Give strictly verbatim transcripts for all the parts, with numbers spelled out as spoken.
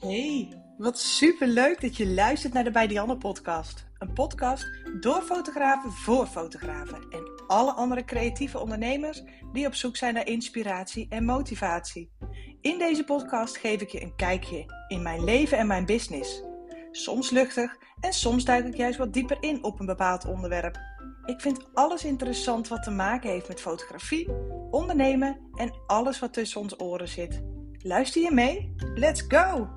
Hey, wat superleuk dat je luistert naar de Bij Dianne podcast. Een podcast door fotografen voor fotografen en alle andere creatieve ondernemers die op zoek zijn naar inspiratie en motivatie. In deze podcast geef ik je een kijkje in mijn leven en mijn business. Soms luchtig en soms duik ik juist wat dieper in op een bepaald onderwerp. Ik vind alles interessant wat te maken heeft met fotografie, ondernemen en alles wat tussen ons oren zit. Luister je mee? Let's go!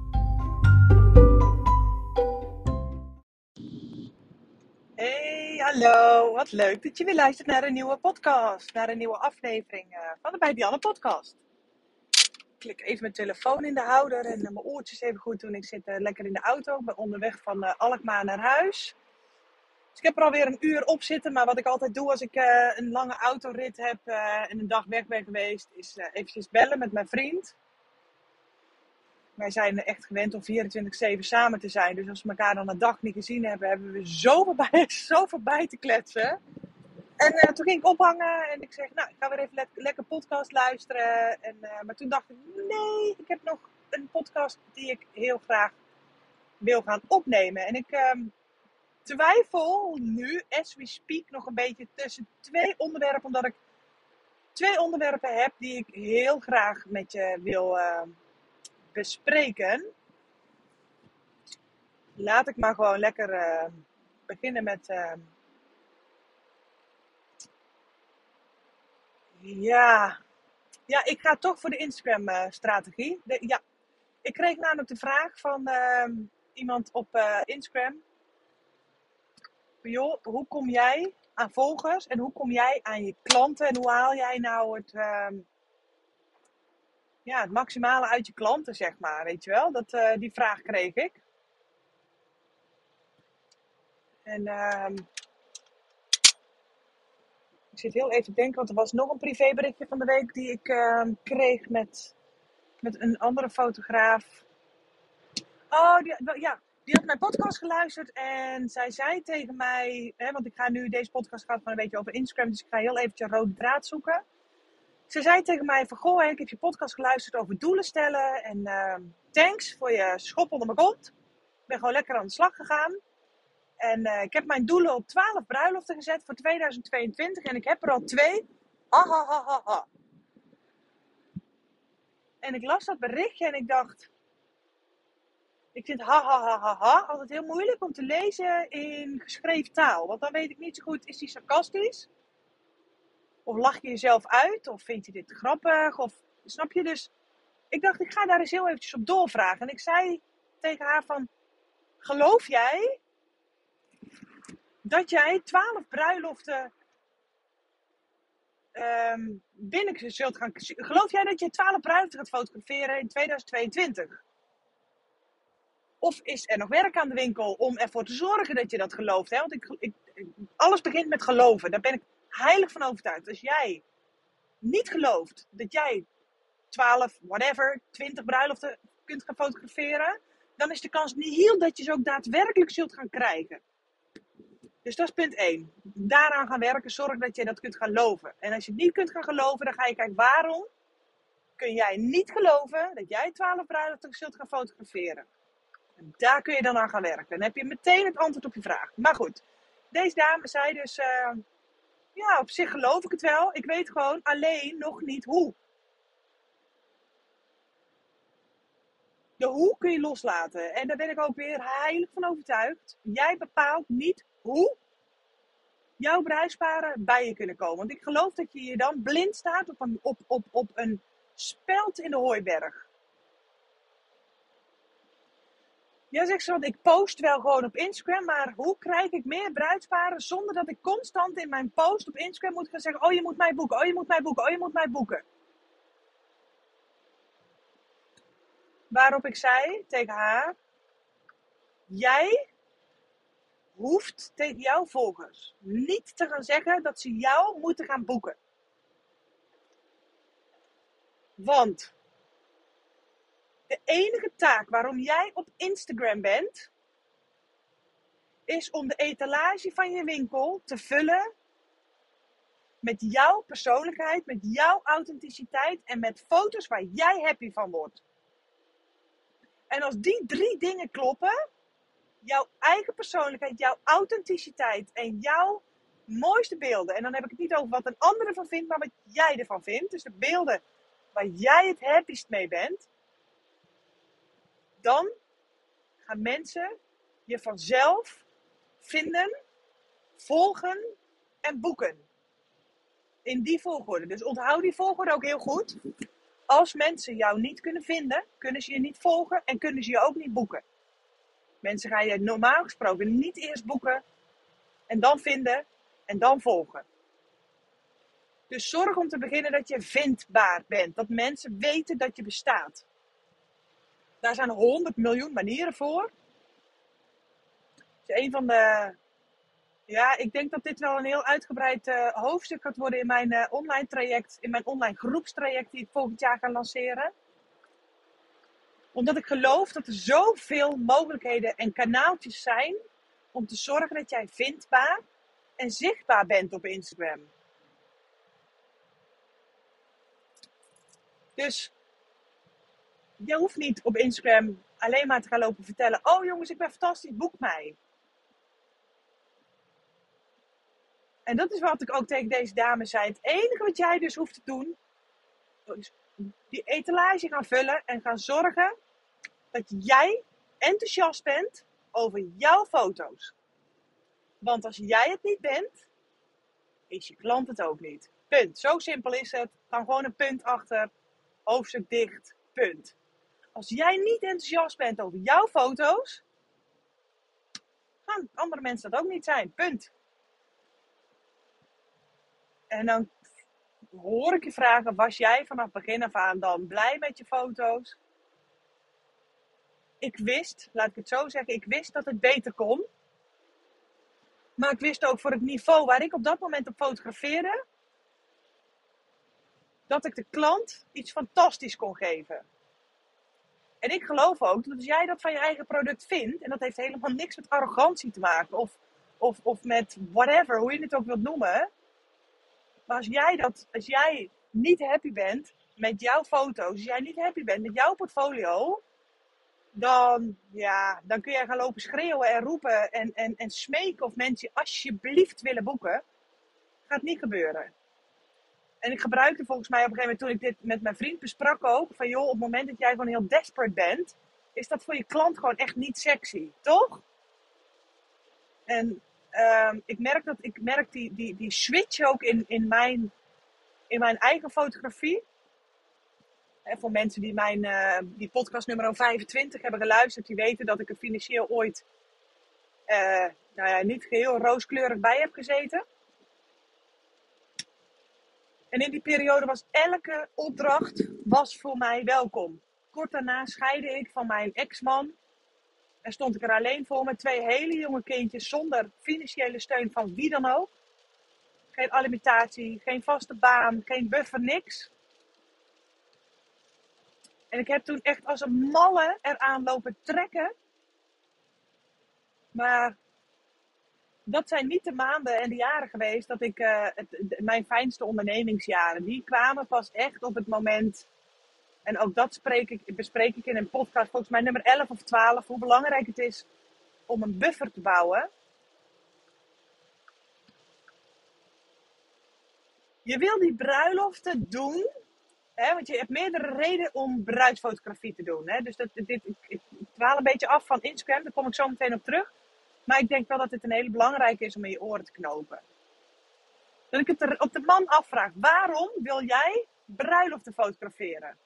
Hey, hallo. Wat leuk dat je weer luistert naar een nieuwe podcast. Naar een nieuwe aflevering uh, van de Bij Dianne podcast. Ik klik even mijn telefoon in de houder en uh, mijn oortjes even goed doen. Ik zit uh, lekker in de auto. Ik ben onderweg van uh, Alkmaar naar huis. Dus ik heb er alweer een uur op zitten. Maar wat ik altijd doe als ik uh, een lange autorit heb uh, en een dag weg ben geweest, is uh, eventjes bellen met mijn vriend. Wij zijn echt gewend om vierentwintig zeven samen te zijn. Dus als we elkaar dan een dag niet gezien hebben, hebben we zo voorbij, zo voorbij te kletsen. En uh, toen ging ik ophangen en ik zeg, nou, ik ga weer even le- lekker podcast luisteren. En, uh, maar toen dacht ik, nee, ik heb nog een podcast die ik heel graag wil gaan opnemen. En ik uh, twijfel nu, as we speak, nog een beetje tussen twee onderwerpen. Omdat ik twee onderwerpen heb die ik heel graag met je wil uh, bespreken. Laat ik maar gewoon lekker uh, beginnen met... Uh, ja... Ja, ik ga toch voor de Instagram-strategie. Uh, ja, ik kreeg namelijk de vraag van uh, iemand op uh, Instagram. Joh, hoe kom jij aan volgers en hoe kom jij aan je klanten? En hoe haal jij nou het, uh, ja, het maximale uit je klanten, zeg maar. Weet je wel? Dat, uh, die vraag kreeg ik. En uh, ik zit heel even te denken, want er was nog een privéberichtje van de week die ik uh, kreeg met, met een andere fotograaf. Oh, die, ja, die had mijn podcast geluisterd en zij zei tegen mij, hè, want ik ga nu, deze podcast gaat gewoon een beetje over Instagram, dus ik ga heel eventjes een rode draad zoeken. Ze zei tegen mij van, goh, ik heb je podcast geluisterd over doelen stellen en uh, thanks voor je schop onder mijn kont. Ik ben gewoon lekker aan de slag gegaan. En uh, ik heb mijn doelen op twaalf bruiloften gezet voor tweeduizend tweeëntwintig en ik heb er al twee. Ha, ha, ha, ha, ha. En ik las dat berichtje en ik dacht... Ik vind ha, ha, ha, ha, ha altijd heel moeilijk om te lezen in geschreven taal. Want dan weet ik niet zo goed, is die sarcastisch? Of lach je jezelf uit? Of vind je dit grappig? Of, snap je? Dus ik dacht, ik ga daar eens heel eventjes op doorvragen. En ik zei tegen haar van, geloof jij dat jij twaalf bruiloften um, binnen zult gaan... Geloof jij dat je twaalf bruiloften gaat fotograferen in tweeduizend tweeëntwintig? Of is er nog werk aan de winkel om ervoor te zorgen dat je dat gelooft? Hè? Want ik, ik, alles begint met geloven. Daar ben ik heilig van overtuigd. Als jij niet gelooft dat jij twaalf, whatever, twintig bruiloften kunt gaan fotograferen, dan is de kans niet heel dat je ze ook daadwerkelijk zult gaan krijgen. Dus dat is punt één. Daaraan gaan werken, zorg dat je dat kunt gaan geloven. En als je het niet kunt gaan geloven, dan ga je kijken waarom kun jij niet geloven dat jij twaalf bruiloften zult gaan fotograferen. En daar kun je dan aan gaan werken. Dan heb je meteen het antwoord op je vraag. Maar goed, deze dame zei dus... Uh, ja, op zich geloof ik het wel. Ik weet gewoon alleen nog niet hoe. De hoe kun je loslaten. En daar ben ik ook weer heilig van overtuigd. Jij bepaalt niet hoe jouw bruidsparen bij je kunnen komen. Want ik geloof dat je je dan blind staat op een, op, op, op een speld in de hooiberg. Ja, zegt ze, want ik post wel gewoon op Instagram, maar hoe krijg ik meer bruidsparen zonder dat ik constant in mijn post op Instagram moet gaan zeggen, oh je moet mij boeken, oh je moet mij boeken, oh je moet mij boeken. Waarop ik zei tegen haar, jij hoeft tegen jouw volgers niet te gaan zeggen dat ze jou moeten gaan boeken. Want de enige taak waarom jij op Instagram bent, is om de etalage van je winkel te vullen met jouw persoonlijkheid, met jouw authenticiteit en met foto's waar jij happy van wordt. En als die drie dingen kloppen, jouw eigen persoonlijkheid, jouw authenticiteit en jouw mooiste beelden. En dan heb ik het niet over wat een ander ervan vindt, maar wat jij ervan vindt. Dus de beelden waar jij het happiest mee bent. Dan gaan mensen je vanzelf vinden, volgen en boeken. In die volgorde. Dus onthoud die volgorde ook heel goed. Als mensen jou niet kunnen vinden, kunnen ze je niet volgen en kunnen ze je ook niet boeken. Mensen gaan je normaal gesproken niet eerst boeken en dan vinden en dan volgen. Dus zorg om te beginnen dat je vindbaar bent. Dat mensen weten dat je bestaat. Daar zijn honderd miljoen manieren voor. Dus een van de... Ja, ik denk dat dit wel een heel uitgebreid uh, hoofdstuk gaat worden in mijn uh, online traject. In mijn online groepstraject die ik volgend jaar ga lanceren. Omdat ik geloof dat er zoveel mogelijkheden en kanaaltjes zijn om te zorgen dat jij vindbaar en zichtbaar bent op Instagram. Dus je hoeft niet op Instagram alleen maar te gaan lopen vertellen: oh jongens, ik ben fantastisch, boek mij. En dat is wat ik ook tegen deze dame zei. Het enige wat jij dus hoeft te doen, is die etalage gaan vullen en gaan zorgen dat jij enthousiast bent over jouw foto's. Want als jij het niet bent, is je klant het ook niet. Punt. Zo simpel is het. Dan gewoon een punt achter. Hoofdstuk dicht. Punt. Als jij niet enthousiast bent over jouw foto's, gaan andere mensen dat ook niet zijn. Punt. En dan hoor ik je vragen, was jij vanaf begin af aan dan blij met je foto's? Ik wist, laat ik het zo zeggen, ik wist dat het beter kon. Maar ik wist ook voor het niveau waar ik op dat moment op fotografeerde, dat ik de klant iets fantastisch kon geven. En ik geloof ook dat als jij dat van je eigen product vindt, en dat heeft helemaal niks met arrogantie te maken, of, of, of met whatever, hoe je het ook wilt noemen. Maar als jij, dat, als jij niet happy bent met jouw foto's, als jij niet happy bent met jouw portfolio, dan, ja, dan kun jij gaan lopen schreeuwen en roepen en, en, en smeken of mensen je alsjeblieft willen boeken. Gaat niet gebeuren. En ik gebruikte volgens mij op een gegeven moment, toen ik dit met mijn vriend besprak ook, van joh, op het moment dat jij gewoon heel desperate bent, is dat voor je klant gewoon echt niet sexy, toch? En um, ik merk, dat, ik merk die, die, die switch ook in, in, mijn, in mijn eigen fotografie. En voor mensen die mijn uh, die podcast nummer vijfentwintig hebben geluisterd, die weten dat ik er financieel ooit uh, nou ja, niet geheel rooskleurig bij heb gezeten. En in die periode was elke opdracht was voor mij welkom. Kort daarna scheidde ik van mijn ex-man. En stond ik er alleen voor met twee hele jonge kindjes zonder financiële steun van wie dan ook. Geen alimentatie, geen vaste baan, geen buffer, niks. En ik heb toen echt als een malle eraan lopen trekken. Maar dat zijn niet de maanden en de jaren geweest dat ik, uh, het, de, mijn fijnste ondernemingsjaren, die kwamen pas echt op het moment. En ook dat spreek ik, bespreek ik in een podcast, volgens mij nummer elf of twaalf, hoe belangrijk het is om een buffer te bouwen. Je wil die bruiloften doen, hè, want je hebt meerdere redenen om bruidsfotografie te doen. Hè. Dus dat, dit, ik, ik dwaal een beetje af van Instagram, daar kom ik zo meteen op terug. Maar ik denk wel dat het een hele belangrijke is om in je oren te knopen. Dat ik het er op de man afvraag, waarom wil jij bruiloften fotograferen?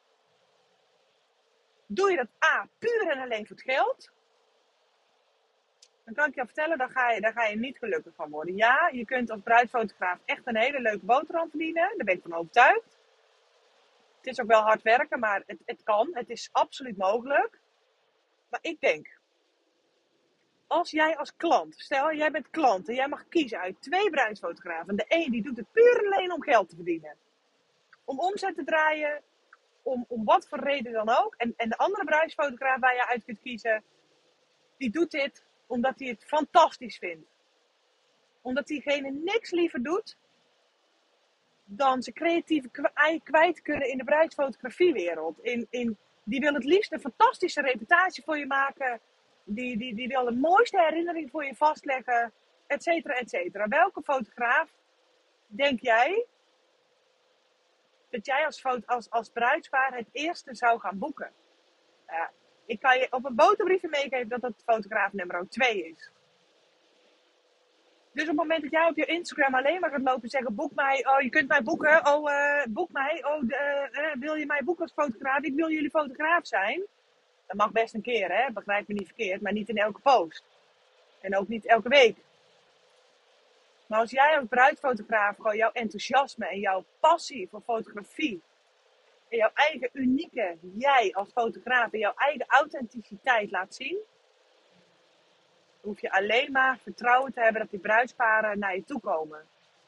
Doe je dat A, puur en alleen voor het geld? Dan kan ik je vertellen, daar ga je, daar ga je niet gelukkig van worden. Ja, je kunt als bruidsfotograaf echt een hele leuke boterham verdienen. Daar ben ik van overtuigd. Het is ook wel hard werken, maar het, het kan. Het is absoluut mogelijk. Maar ik denk, als jij als klant, stel jij bent klant en jij mag kiezen uit twee bruidsfotografen. De een die doet het puur en alleen om geld te verdienen. Om omzet te draaien, om, om wat voor reden dan ook. En, en de andere bruidsfotograaf waar je uit kunt kiezen, die doet dit omdat hij het fantastisch vindt. Omdat diegene niks liever doet dan zijn creatieve ei kwijt kunnen in de bruidsfotografiewereld. In, in Die wil het liefst een fantastische reputatie voor je maken. Die, die, die wil de mooiste herinnering voor je vastleggen. Et cetera, et cetera. Welke fotograaf denk jij dat jij als, foto, als, als bruidspaar het eerste zou gaan boeken? Uh, ik kan je op een boterbriefje meegeven dat dat fotograaf nummer twee is. Dus op het moment dat jij op je Instagram alleen maar gaat lopen zeggen, boek mij, oh je kunt mij boeken, oh uh, boek mij, oh de, uh, wil je mij boeken als fotograaf, ik wil jullie fotograaf zijn. Dat mag best een keer, hè? Begrijp me niet verkeerd, maar niet in elke post. En ook niet elke week. Maar als jij als bruidfotograaf gewoon jouw enthousiasme en jouw passie voor fotografie en jouw eigen unieke jij als fotograaf en jouw eigen authenticiteit laat zien, dan hoef je alleen maar vertrouwen te hebben dat die bruidsparen naar je toe komen.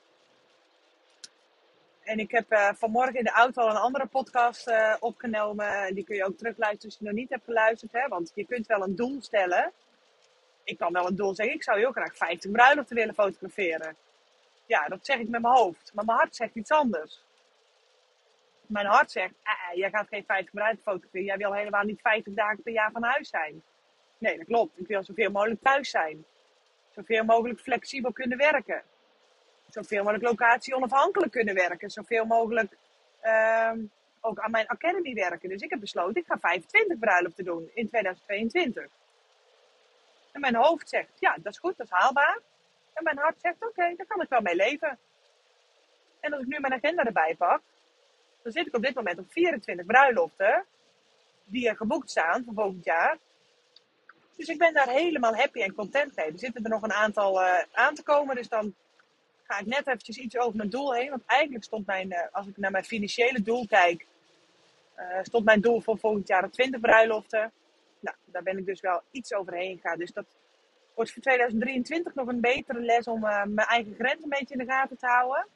En ik heb uh, vanmorgen in de auto al een andere podcast uh, opgenomen. Die kun je ook terugluisteren als je nog niet hebt geluisterd. Hè? Want je kunt wel een doel stellen. Ik kan wel een doel zeggen. Ik zou heel graag vijftig bruiloften willen fotograferen. Ja, dat zeg ik met mijn hoofd. Maar mijn hart zegt iets anders. Mijn hart zegt, ah, jij gaat geen vijftig bruiloften fotograferen. Jij wil helemaal niet vijftig dagen per jaar van huis zijn. Nee, dat klopt. Ik wil zoveel mogelijk thuis zijn. Zoveel mogelijk flexibel kunnen werken. Zoveel mogelijk locatie onafhankelijk kunnen werken. Zoveel mogelijk uh, ook aan mijn academy werken. Dus ik heb besloten, ik ga vijfentwintig bruiloften doen in tweeduizend tweeëntwintig. En mijn hoofd zegt, ja, dat is goed, dat is haalbaar. En mijn hart zegt, oké, okay, daar kan ik wel mee leven. En als ik nu mijn agenda erbij pak, dan zit ik op dit moment op vierentwintig bruiloften die er geboekt staan voor volgend jaar. Dus ik ben daar helemaal happy en content mee. Er zitten er nog een aantal uh, aan te komen, dus dan ga ik net eventjes iets over mijn doel heen. Want eigenlijk stond mijn, uh, als ik naar mijn financiële doel kijk, uh, stond mijn doel voor volgend jaar op twintig bruiloften. Nou, daar ben ik dus wel iets overheen gegaan. Dus dat wordt voor tweeduizend drieëntwintig nog een betere les om uh, mijn eigen grens een beetje in de gaten te houden.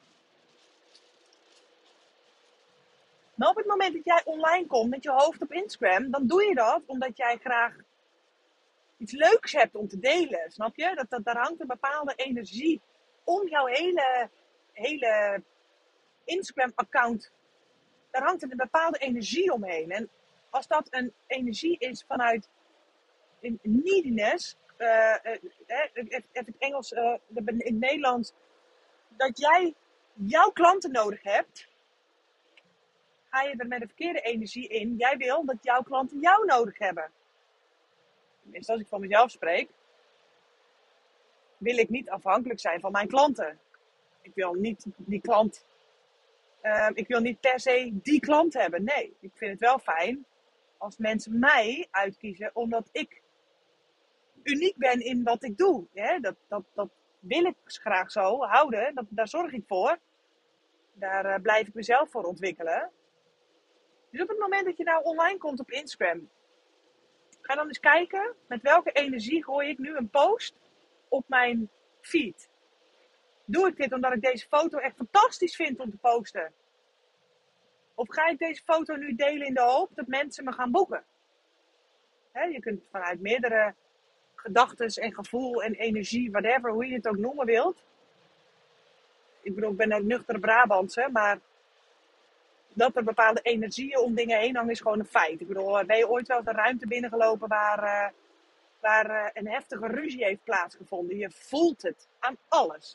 Maar op het moment dat jij online komt met je hoofd op Instagram, dan doe je dat omdat jij graag iets leuks hebt om te delen. Snap je? Dat, dat, daar hangt een bepaalde energie om jouw hele, hele Instagram-account. Daar hangt een bepaalde energie omheen. En als dat een energie is vanuit een neediness, uh, uh, even het Engels, uh, in het Nederlands, dat jij jouw klanten nodig hebt, ga je er met de verkeerde energie in. Jij wil dat jouw klanten jou nodig hebben. Tenminste, als ik van mezelf spreek, wil ik niet afhankelijk zijn van mijn klanten. Ik wil niet die klant, uh, ik wil niet per se die klant hebben. Nee, ik vind het wel fijn als mensen mij uitkiezen omdat ik uniek ben in wat ik doe. Hè? Dat, dat, dat wil ik graag zo houden. Dat, daar zorg ik voor. Daar uh, blijf ik mezelf voor ontwikkelen. Dus op het moment dat je nou online komt op Instagram, ga dan eens kijken met welke energie gooi ik nu een post op mijn feed. Doe ik dit omdat ik deze foto echt fantastisch vind om te posten? Of ga ik deze foto nu delen in de hoop dat mensen me gaan boeken? He, je kunt vanuit meerdere gedachten en gevoel en energie, whatever, hoe je het ook noemen wilt. Ik bedoel, ik ben een nuchtere Brabantse, maar dat er bepaalde energieën om dingen heen hangen is gewoon een feit. Ik bedoel, ben je ooit wel eens een ruimte binnengelopen waar, uh, waar uh, een heftige ruzie heeft plaatsgevonden? Je voelt het aan alles.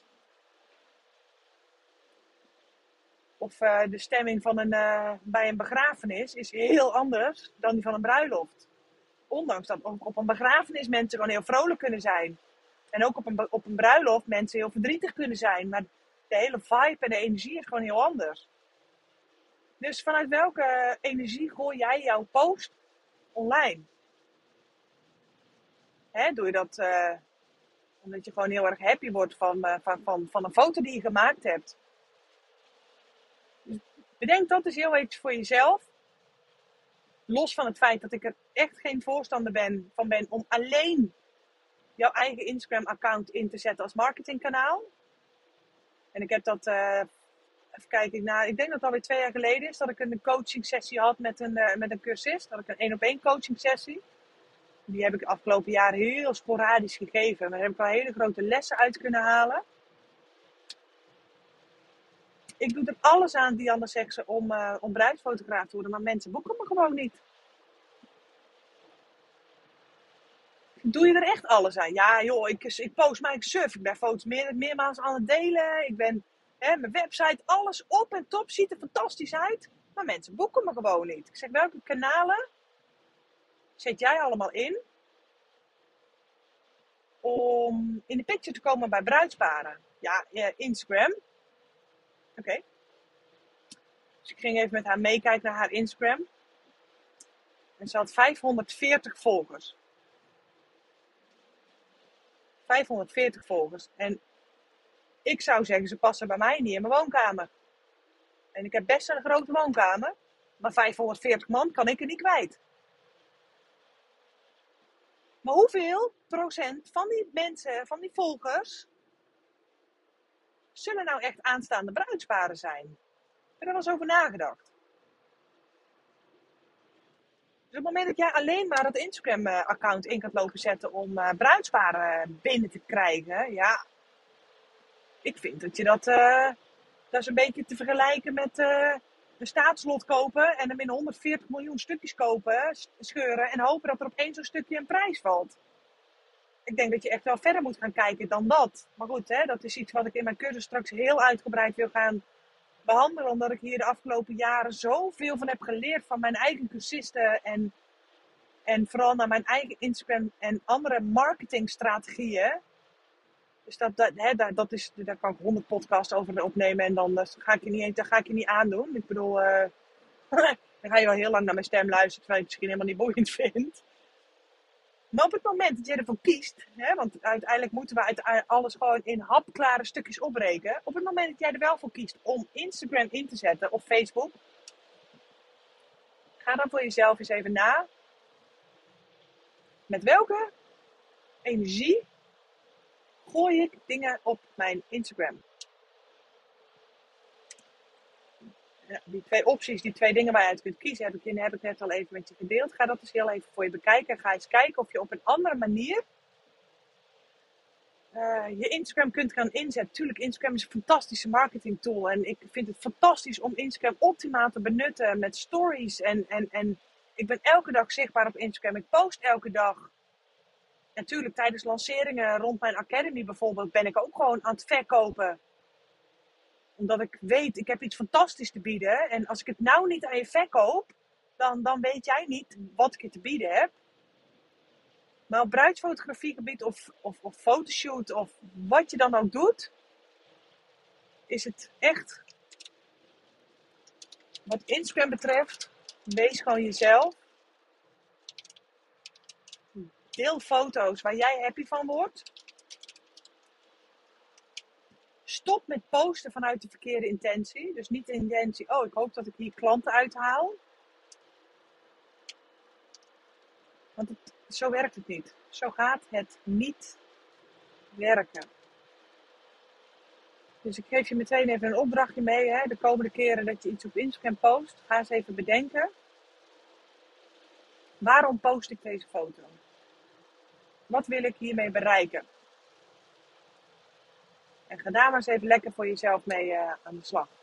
Of uh, de stemming van een, uh, bij een begrafenis is heel anders dan die van een bruiloft. Ondanks dat op, op een begrafenis mensen gewoon heel vrolijk kunnen zijn. En ook op een, op een bruiloft mensen heel verdrietig kunnen zijn. Maar de hele vibe en de energie is gewoon heel anders. Dus vanuit welke energie gooi jij jouw post online? Hè, doe je dat uh, omdat je gewoon heel erg happy wordt van, uh, van, van, van een foto die je gemaakt hebt? Dus bedenk dat dus heel eventjes voor jezelf. Los van het feit dat ik er echt geen voorstander ben, van ben om alleen jouw eigen Instagram-account in te zetten als marketingkanaal. En ik heb dat, uh, even kijken, nou, ik denk dat het alweer twee jaar geleden is dat ik een coaching sessie had met een, uh, met een cursist. Dat ik een één-op-één coaching sessie. Die heb ik de afgelopen jaren heel sporadisch gegeven. Maar daar heb ik wel hele grote lessen uit kunnen halen. Ik doe er alles aan, Diana zegt ze, om, uh, om bruidsfotograaf te worden. Maar mensen boeken me gewoon niet. Doe je er echt alles aan? Ja joh, ik, ik post mijn surf. Ik ben foto's meer, meermaals aan het delen. Ik ben hè, mijn website, alles op en top. Ziet er fantastisch uit. Maar mensen boeken me gewoon niet. Ik zeg, welke kanalen zet jij allemaal in om in de picture te komen bij bruidsparen? Ja, ja Instagram. Oké. Okay. Dus ik ging even met haar meekijken naar haar Instagram. En ze had vijfhonderdveertig volgers. vijfhonderdveertig volgers. En ik zou zeggen, ze passen bij mij niet in mijn woonkamer. En ik heb best een grote woonkamer. Maar vijfhonderdveertig man kan ik er niet kwijt. Maar hoeveel procent van die mensen, van die volgers, zullen nou echt aanstaande bruidsparen zijn? Ik heb er wel eens over nagedacht. Dus op het moment dat jij alleen maar dat Instagram-account in kan lopen zetten om uh, bruidsparen binnen te krijgen, ja, ik vind dat je dat, uh, dat is een beetje te vergelijken met uh, een staatslot kopen en hem in honderdveertig miljoen stukjes kopen, scheuren en hopen dat er op één zo'n stukje een prijs valt. Ik denk dat je echt wel verder moet gaan kijken dan dat. Maar goed, hè, dat is iets wat ik in mijn cursus straks heel uitgebreid wil gaan behandelen. Omdat ik hier de afgelopen jaren zoveel van heb geleerd van mijn eigen cursisten. En, en vooral naar mijn eigen Instagram en andere marketingstrategieën. Dus dat, dat, hè, dat is, daar kan ik honderd podcasts over opnemen. En dan ga ik je niet, dat ga ik je niet aandoen. Ik bedoel, uh, dan ga je wel heel lang naar mijn stem luisteren. Terwijl je het misschien helemaal niet boeiend vindt. Maar op het moment dat jij ervoor kiest, hè, want uiteindelijk moeten we uit alles gewoon in hapklare stukjes opbreken. Op het moment dat jij er wel voor kiest om Instagram in te zetten of Facebook, ga dan voor jezelf eens even na. Met welke energie gooi ik dingen op mijn Instagram? Ja, die twee opties, die twee dingen waar je uit kunt kiezen, heb ik, heb ik net al even met je gedeeld. Ga dat eens heel even voor je bekijken. Ga eens kijken of je op een andere manier uh, je Instagram kunt gaan inzetten. Tuurlijk, Instagram is een fantastische marketing tool. En ik vind het fantastisch om Instagram optimaal te benutten met stories. En, en, en ik ben elke dag zichtbaar op Instagram. Ik post elke dag. Natuurlijk, tijdens lanceringen rond mijn Academy bijvoorbeeld ben ik ook gewoon aan het verkopen. Omdat ik weet, ik heb iets fantastisch te bieden. En als ik het nou niet aan je verkoop, dan, dan weet jij niet wat ik je te bieden heb. Maar op bruidsfotografiegebied of, of, of fotoshoot of wat je dan ook doet, is het echt, wat Instagram betreft, wees gewoon jezelf. Deel foto's waar jij happy van wordt. Stop met posten vanuit de verkeerde intentie. Dus niet de intentie, oh ik hoop dat ik hier klanten uithaal. Want het, zo werkt het niet. Zo gaat het niet werken. Dus ik geef je meteen even een opdrachtje mee. Hè? De komende keren dat je iets op Instagram post. Ga eens even bedenken. Waarom post ik deze foto? Wat wil ik hiermee bereiken? En ga daar maar eens even lekker voor jezelf mee uh, aan de slag.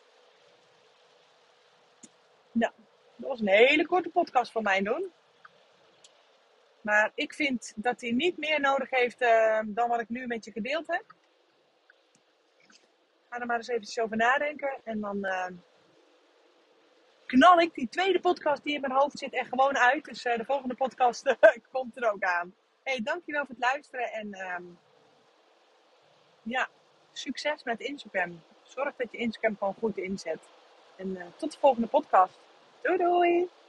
Nou, dat was een hele korte podcast van mij doen. Maar ik vind dat hij niet meer nodig heeft uh, dan wat ik nu met je gedeeld heb. Ga er maar eens eventjes over nadenken. En dan uh, knal ik die tweede podcast die in mijn hoofd zit er gewoon uit. Dus uh, de volgende podcast uh, komt er ook aan. Hey, dankjewel voor het luisteren. En uh, ja, succes met Instagram. Zorg dat je Instagram gewoon goed inzet. En uh, tot de volgende podcast. Doei doei!